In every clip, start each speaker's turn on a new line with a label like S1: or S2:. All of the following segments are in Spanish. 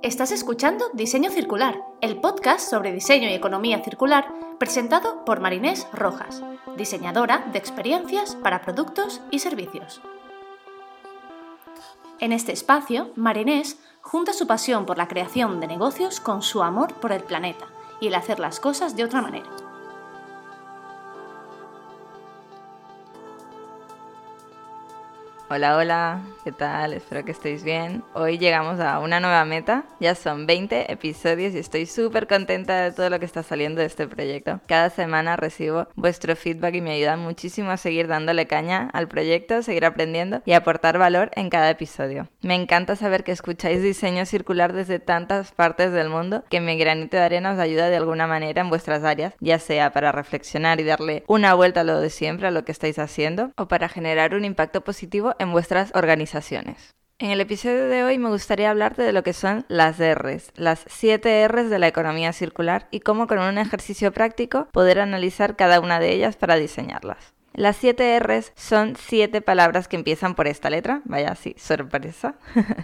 S1: Estás escuchando Diseño Circular, el podcast sobre diseño y economía circular presentado por Marinés Rojas, diseñadora de experiencias para productos y servicios. En este espacio, Marinés junta su pasión por la creación de negocios con su amor por el planeta y el hacer las cosas de otra manera.
S2: Hola, ¿qué tal? Espero que estéis bien. Hoy llegamos a una nueva meta, ya son 20 episodios y estoy súper contenta de todo lo que está saliendo de este proyecto. Cada semana recibo vuestro feedback y me ayuda muchísimo a seguir dándole caña al proyecto, seguir aprendiendo y aportar valor en cada episodio. Me encanta saber que escucháis diseño circular desde tantas partes del mundo, que mi granito de arena os ayuda de alguna manera en vuestras áreas, ya sea para reflexionar y darle una vuelta a lo de siempre, a lo que estáis haciendo, o para generar un impacto positivo en vuestras organizaciones. En el episodio de hoy me gustaría hablarte de lo que son las R's, las 7 R's de la economía circular y cómo con un ejercicio práctico poder analizar cada una de ellas para diseñarlas. Las 7 R's son 7 palabras que empiezan por esta letra, vaya así, sorpresa,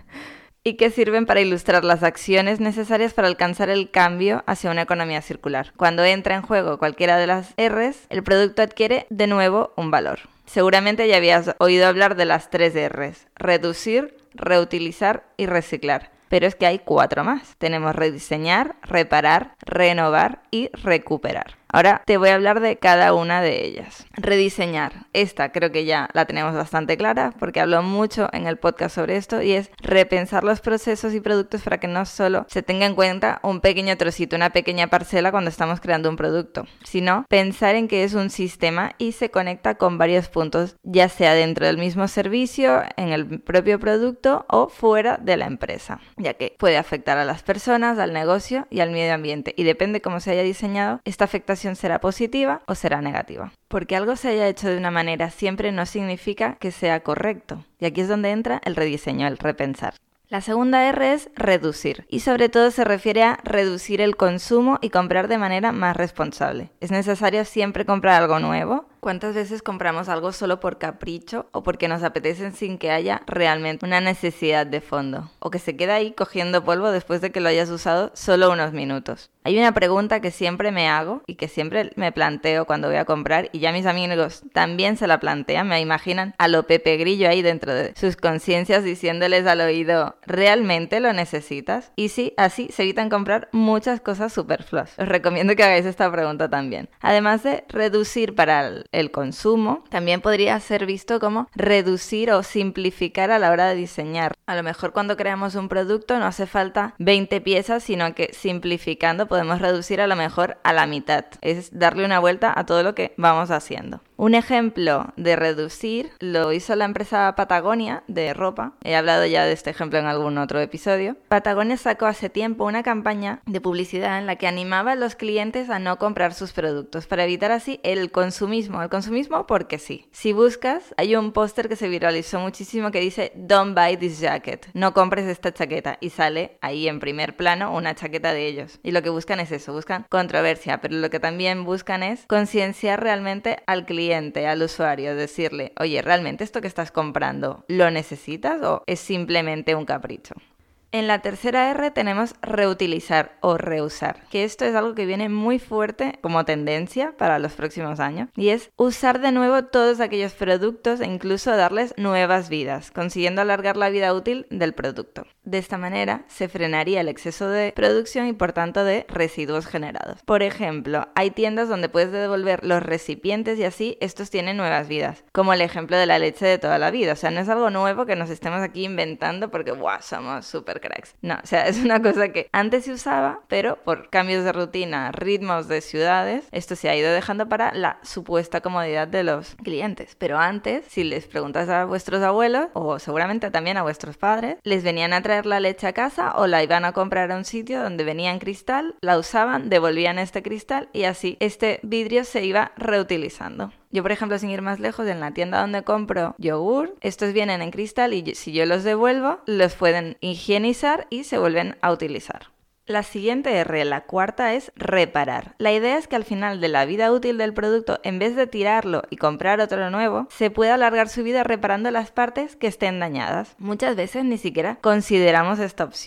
S2: y que sirven para ilustrar las acciones necesarias para alcanzar el cambio hacia una economía circular. Cuando entra en juego cualquiera de las R's, el producto adquiere de nuevo un valor. Seguramente ya habías oído hablar de las 3 R's: reducir, reutilizar y reciclar. Pero es que hay 4 más. Tenemos rediseñar, reparar, renovar y recuperar. Ahora te voy a hablar de cada una de ellas. Rediseñar. Esta creo que ya la tenemos bastante clara porque hablo mucho en el podcast sobre esto y es repensar los procesos y productos para que no solo se tenga en cuenta un pequeño trocito, una pequeña parcela cuando estamos creando un producto, sino pensar en que es un sistema y se conecta con varios puntos, ya sea dentro del mismo servicio, en el propio producto o fuera de la empresa, ya que puede afectar a las personas, al negocio y al medio ambiente, y depende cómo se haya diseñado, esta afectación será positiva o será negativa. Porque algo se haya hecho de una manera siempre no significa que sea correcto. Y aquí es donde entra el rediseño, el repensar. La segunda R es reducir, y sobre todo se refiere a reducir el consumo y comprar de manera más responsable. ¿Es necesario siempre comprar algo nuevo? ¿Cuántas veces compramos algo solo por capricho o porque nos apetece sin que haya realmente una necesidad de fondo? O que se queda ahí cogiendo polvo después de que lo hayas usado solo unos minutos. Hay una pregunta que siempre me hago y que siempre me planteo cuando voy a comprar, y ya mis amigos también se la plantean, me imaginan a lo Pepe Grillo ahí dentro de sus conciencias diciéndoles al oído: ¿realmente lo necesitas? Y sí, así se evitan comprar muchas cosas superfluas. Os recomiendo que hagáis esta pregunta también. Además de reducir para el consumo, también podría ser visto como reducir o simplificar a la hora de diseñar. A lo mejor cuando creamos un producto no hace falta 20 piezas, sino que simplificando podemos reducir a lo mejor a la mitad. Es darle una vuelta a todo lo que vamos haciendo. Un ejemplo de reducir lo hizo la empresa Patagonia de ropa. He hablado ya de este ejemplo en algún otro episodio. Patagonia sacó hace tiempo una campaña de publicidad en la que animaba a los clientes a no comprar sus productos para evitar así el consumismo. El consumismo porque sí. Si buscas, hay un póster que se viralizó muchísimo que dice "Don't buy this jacket", no compres esta chaqueta, y sale ahí en primer plano una chaqueta de ellos. Y lo que buscan es eso, buscan controversia, pero lo que también buscan es concienciar realmente al cliente, al usuario, decirle: oye, ¿realmente esto que estás comprando lo necesitas o es simplemente un capricho? En la tercera R tenemos reutilizar o reusar, que esto es algo que viene muy fuerte como tendencia para los próximos años, y es usar de nuevo todos aquellos productos e incluso darles nuevas vidas, consiguiendo alargar la vida útil del producto. De esta manera se frenaría el exceso de producción y por tanto de residuos generados. Por ejemplo, hay tiendas donde puedes devolver los recipientes y así estos tienen nuevas vidas, como el ejemplo de la leche de toda la vida. O sea, no es algo nuevo que nos estemos aquí inventando porque somos súper cracks. No, o sea, es una cosa que antes se usaba, pero por cambios de rutina, ritmos de ciudades, esto se ha ido dejando para la supuesta comodidad de los clientes. Pero antes, si les preguntas a vuestros abuelos, o seguramente también a vuestros padres, les venían a traer la leche a casa o la iban a comprar a un sitio donde venía en cristal, la usaban, devolvían este cristal y así este vidrio se iba reutilizando. Yo, por ejemplo, sin ir más lejos, en la tienda donde compro yogur, estos vienen en cristal y si yo los devuelvo, los pueden higienizar y se vuelven a utilizar. La siguiente R, la cuarta, es reparar. La idea es que al final de la vida útil del producto, en vez de tirarlo y comprar otro nuevo, se pueda alargar su vida reparando las partes que estén dañadas. Muchas veces ni siquiera consideramos esta opción.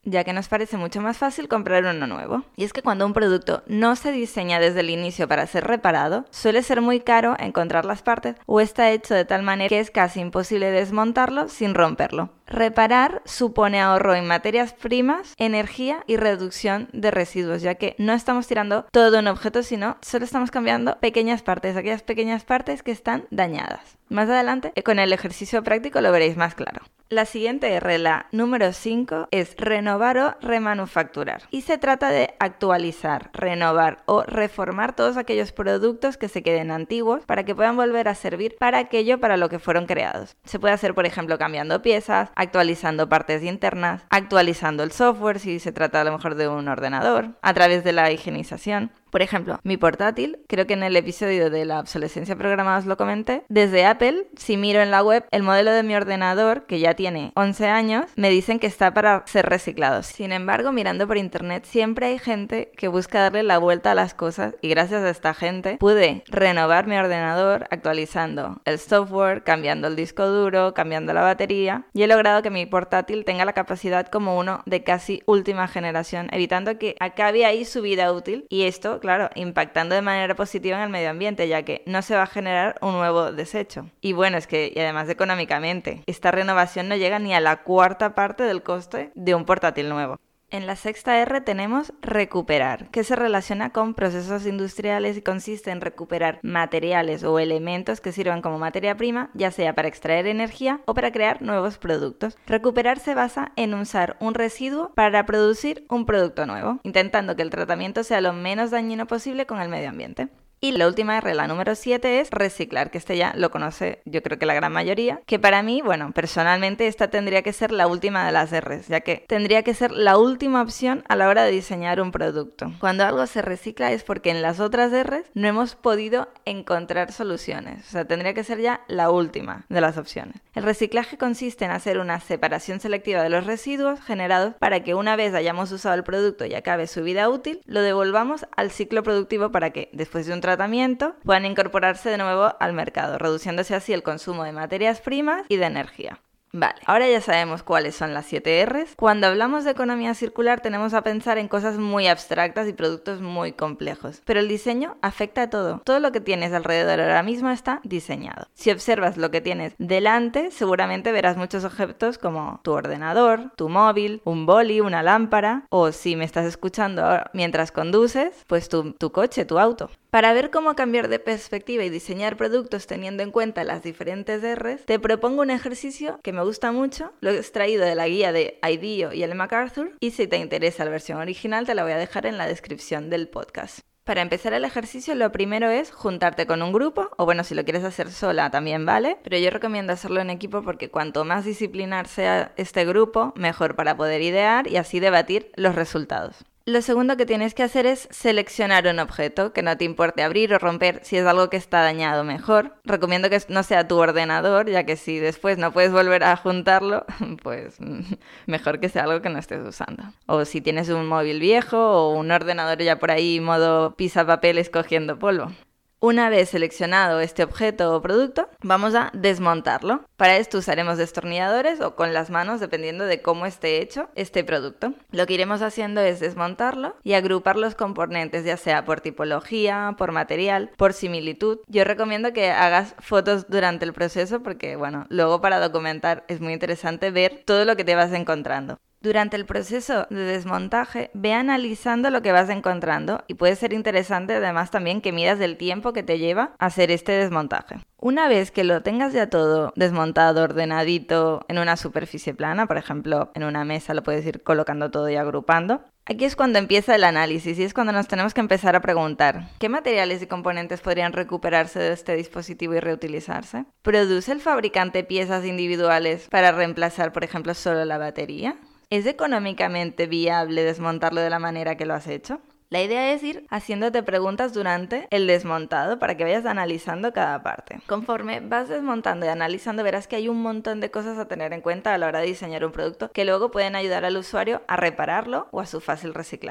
S2: ya que nos parece mucho más fácil comprar uno nuevo. Y es que cuando un producto no se diseña desde el inicio para ser reparado, suele ser muy caro encontrar las partes o está hecho de tal manera que es casi imposible desmontarlo sin romperlo. Reparar supone ahorro en materias primas, energía y reducción de residuos, ya que no estamos tirando todo un objeto, sino solo estamos cambiando pequeñas partes, aquellas pequeñas partes que están dañadas. Más adelante, con el ejercicio práctico lo veréis más claro. La siguiente R, la número 5, es renovar o remanufacturar. Y se trata de actualizar, renovar o reformar todos aquellos productos que se queden antiguos para que puedan volver a servir para aquello para lo que fueron creados. Se puede hacer, por ejemplo, cambiando piezas, actualizando partes internas, actualizando el software si se trata a lo mejor de un ordenador, a través de la higienización. Por ejemplo, mi portátil, creo que en el episodio de la obsolescencia programada os lo comenté, desde Apple, si miro en la web, el modelo de mi ordenador, que ya tiene 11 años, me dicen que está para ser reciclado. Sin embargo, mirando por internet, siempre hay gente que busca darle la vuelta a las cosas y gracias a esta gente pude renovar mi ordenador actualizando el software, cambiando el disco duro, cambiando la batería y he logrado que mi portátil tenga la capacidad como uno de casi última generación, evitando que acabe ahí su vida útil y esto, claro, impactando de manera positiva en el medio ambiente, ya que no se va a generar un nuevo desecho. Y bueno, es que, y además económicamente, esta renovación no llega ni a la cuarta parte del coste de un portátil nuevo. En la sexta R tenemos recuperar, que se relaciona con procesos industriales y consiste en recuperar materiales o elementos que sirvan como materia prima, ya sea para extraer energía o para crear nuevos productos. Recuperar se basa en usar un residuo para producir un producto nuevo, intentando que el tratamiento sea lo menos dañino posible con el medio ambiente. Y la última R, la número 7, es reciclar, que este ya lo conoce yo creo que la gran mayoría, que para mí, bueno, personalmente esta tendría que ser la última de las Rs, ya que tendría que ser la última opción a la hora de diseñar un producto. Cuando algo se recicla es porque en las otras Rs no hemos podido encontrar soluciones, o sea, tendría que ser ya la última de las opciones. El reciclaje consiste en hacer una separación selectiva de los residuos generados para que una vez hayamos usado el producto y acabe su vida útil, lo devolvamos al ciclo productivo para que, después de un tratamiento, puedan incorporarse de nuevo al mercado, reduciéndose así el consumo de materias primas y de energía. Vale, ahora ya sabemos cuáles son las 7 Rs. Cuando hablamos de economía circular tenemos a pensar en cosas muy abstractas y productos muy complejos, pero el diseño afecta a todo. Todo lo que tienes alrededor ahora mismo está diseñado. Si observas lo que tienes delante, seguramente verás muchos objetos como tu ordenador, tu móvil, un boli, una lámpara, o si me estás escuchando ahora mientras conduces, pues tu coche, tu auto. Para ver cómo cambiar de perspectiva y diseñar productos teniendo en cuenta las diferentes Rs, te propongo un ejercicio que me gusta mucho, lo he extraído de la guía de IDEO y el MacArthur, y si te interesa la versión original te la voy a dejar en la descripción del podcast. Para empezar el ejercicio, lo primero es juntarte con un grupo, o bueno, si lo quieres hacer sola también vale, pero yo recomiendo hacerlo en equipo porque cuanto más disciplinar sea este grupo, mejor para poder idear y así debatir los resultados. Lo segundo que tienes que hacer es seleccionar un objeto que no te importe abrir o romper. Si es algo que está dañado, mejor. Recomiendo que no sea tu ordenador, ya que si después no puedes volver a juntarlo, pues mejor que sea algo que no estés usando. O si tienes un móvil viejo o un ordenador ya por ahí modo pisapapeles cogiendo polvo. Una vez seleccionado este objeto o producto, vamos a desmontarlo. Para esto usaremos destornilladores o con las manos, dependiendo de cómo esté hecho este producto. Lo que iremos haciendo es desmontarlo y agrupar los componentes, ya sea por tipología, por material, por similitud. Yo recomiendo que hagas fotos durante el proceso porque, bueno, luego para documentar es muy interesante ver todo lo que te vas encontrando. Durante el proceso de desmontaje, ve analizando lo que vas encontrando y puede ser interesante además también que midas el tiempo que te lleva hacer este desmontaje. Una vez que lo tengas ya todo desmontado, ordenadito en una superficie plana, por ejemplo en una mesa lo puedes ir colocando todo y agrupando, aquí es cuando empieza el análisis y es cuando nos tenemos que empezar a preguntar ¿qué materiales y componentes podrían recuperarse de este dispositivo y reutilizarse? ¿Produce el fabricante piezas individuales para reemplazar, por ejemplo, solo la batería? ¿Es económicamente viable desmontarlo de la manera que lo has hecho? La idea es ir haciéndote preguntas durante el desmontado para que vayas analizando cada parte. Conforme vas desmontando y analizando verás que hay un montón de cosas a tener en cuenta a la hora de diseñar un producto que luego pueden ayudar al usuario a repararlo o a su fácil reciclaje.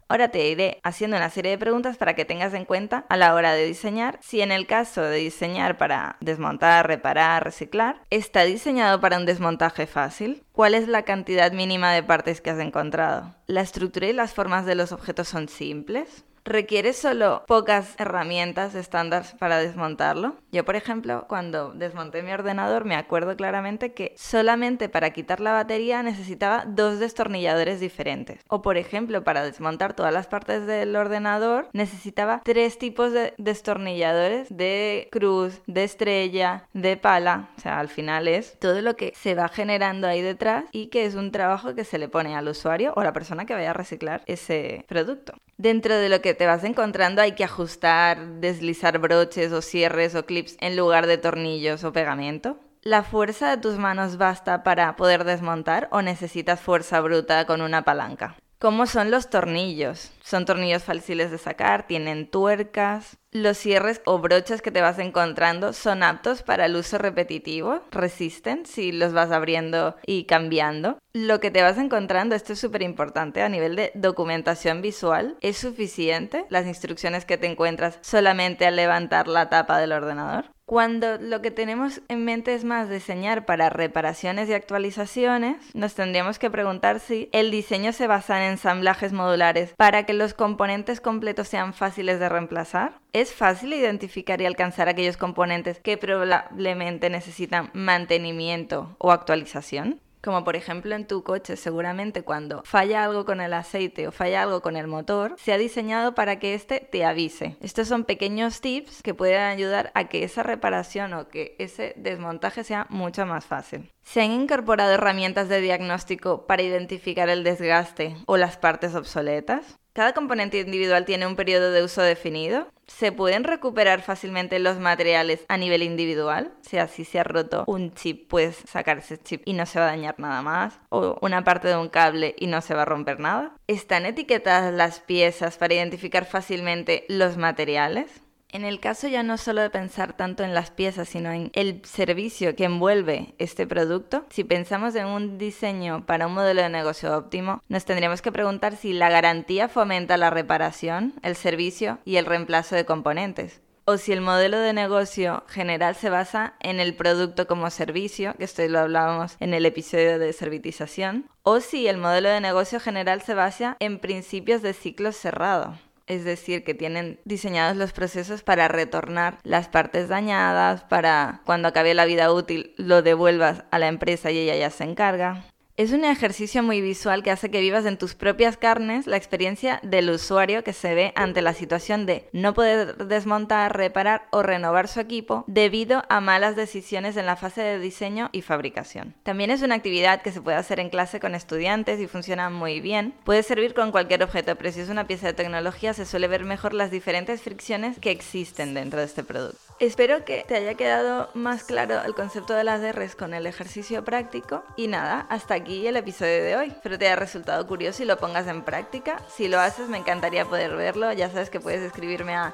S2: Ahora te iré haciendo una serie de preguntas para que tengas en cuenta a la hora de diseñar si en el caso de diseñar para desmontar, reparar, reciclar, ¿está diseñado para un desmontaje fácil? ¿Cuál es la cantidad mínima de partes que has encontrado? ¿La estructura y las formas de los objetos son simples? ¿Requiere solo pocas herramientas estándar para desmontarlo? Yo, por ejemplo, cuando desmonté mi ordenador me acuerdo claramente que solamente para quitar la batería necesitaba 2 destornilladores diferentes. O, por ejemplo, para desmontar todas las partes del ordenador necesitaba 3 tipos de destornilladores de cruz, de estrella, de pala. O sea, al final es todo lo que se va generando ahí detrás y que es un trabajo que se le pone al usuario o a la persona que vaya a reciclar ese producto. Dentro de lo que te vas encontrando hay que ajustar, deslizar broches o cierres o clips en lugar de tornillos o pegamento. ¿La fuerza de tus manos basta para poder desmontar o necesitas fuerza bruta con una palanca? ¿Cómo son los tornillos? ¿Son tornillos fáciles de sacar? ¿Tienen tuercas? ¿Los cierres o broches que te vas encontrando son aptos para el uso repetitivo? ¿Resisten si los vas abriendo y cambiando? Lo que te vas encontrando, esto es súper importante a nivel de documentación visual, ¿es suficiente las instrucciones que te encuentras solamente al levantar la tapa del ordenador? Cuando lo que tenemos en mente es más diseñar para reparaciones y actualizaciones, nos tendríamos que preguntar si el diseño se basa en ensamblajes modulares para que los componentes completos sean fáciles de reemplazar. ¿Es fácil identificar y alcanzar aquellos componentes que probablemente necesitan mantenimiento o actualización? Como por ejemplo en tu coche, seguramente cuando falla algo con el aceite o falla algo con el motor, se ha diseñado para que este te avise. Estos son pequeños tips que pueden ayudar a que esa reparación o que ese desmontaje sea mucho más fácil. ¿Se han incorporado herramientas de diagnóstico para identificar el desgaste o las partes obsoletas? ¿Cada componente individual tiene un periodo de uso definido? ¿Se pueden recuperar fácilmente los materiales a nivel individual? O sea, si se ha roto un chip, puedes sacar ese chip y no se va a dañar nada más. O una parte de un cable y no se va a romper nada. ¿Están etiquetadas las piezas para identificar fácilmente los materiales? En el caso ya no solo de pensar tanto en las piezas, sino en el servicio que envuelve este producto, si pensamos en un diseño para un modelo de negocio óptimo, nos tendríamos que preguntar si la garantía fomenta la reparación, el servicio y el reemplazo de componentes. O si el modelo de negocio general se basa en el producto como servicio, que esto lo hablábamos en el episodio de servitización, o si el modelo de negocio general se basa en principios de ciclo cerrado. Es decir, que tienen diseñados los procesos para retornar las partes dañadas, para cuando acabe la vida útil lo devuelvas a la empresa y ella ya se encarga. Es un ejercicio muy visual que hace que vivas en tus propias carnes la experiencia del usuario que se ve ante la situación de no poder desmontar, reparar o renovar su equipo debido a malas decisiones en la fase de diseño y fabricación. También es una actividad que se puede hacer en clase con estudiantes y funciona muy bien. Puede servir con cualquier objeto, pero si es una pieza de tecnología se suele ver mejor las diferentes fricciones que existen dentro de este producto. Espero que te haya quedado más claro el concepto de las R's con el ejercicio práctico y nada, hasta aquí el episodio de hoy. Espero te haya resultado curioso y lo pongas en práctica. Si lo haces me encantaría poder verlo. Ya sabes que puedes escribirme a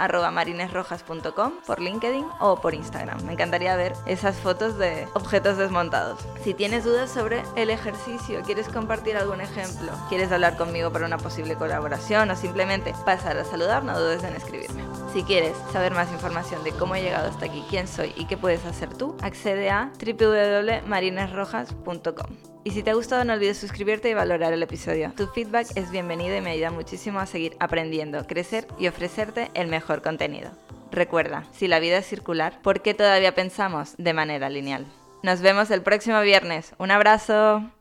S2: hola@marinesrojas.com por LinkedIn o por Instagram. Me encantaría ver esas fotos de objetos desmontados. Si tienes dudas sobre el ejercicio, quieres compartir algún ejemplo, quieres hablar conmigo para una posible colaboración o simplemente pasar a saludar, no dudes en escribirme. Si quieres saber más información de cómo he llegado hasta aquí, quién soy y qué puedes hacer tú, accede a www.marinesrojas.com. Y si te ha gustado no olvides suscribirte y valorar el episodio. Tu feedback es bienvenido y me ayuda muchísimo a seguir aprendiendo, crecer y ofrecerte el mejor contenido. Recuerda, si la vida es circular, ¿por qué todavía pensamos de manera lineal? Nos vemos el próximo viernes. ¡Un abrazo!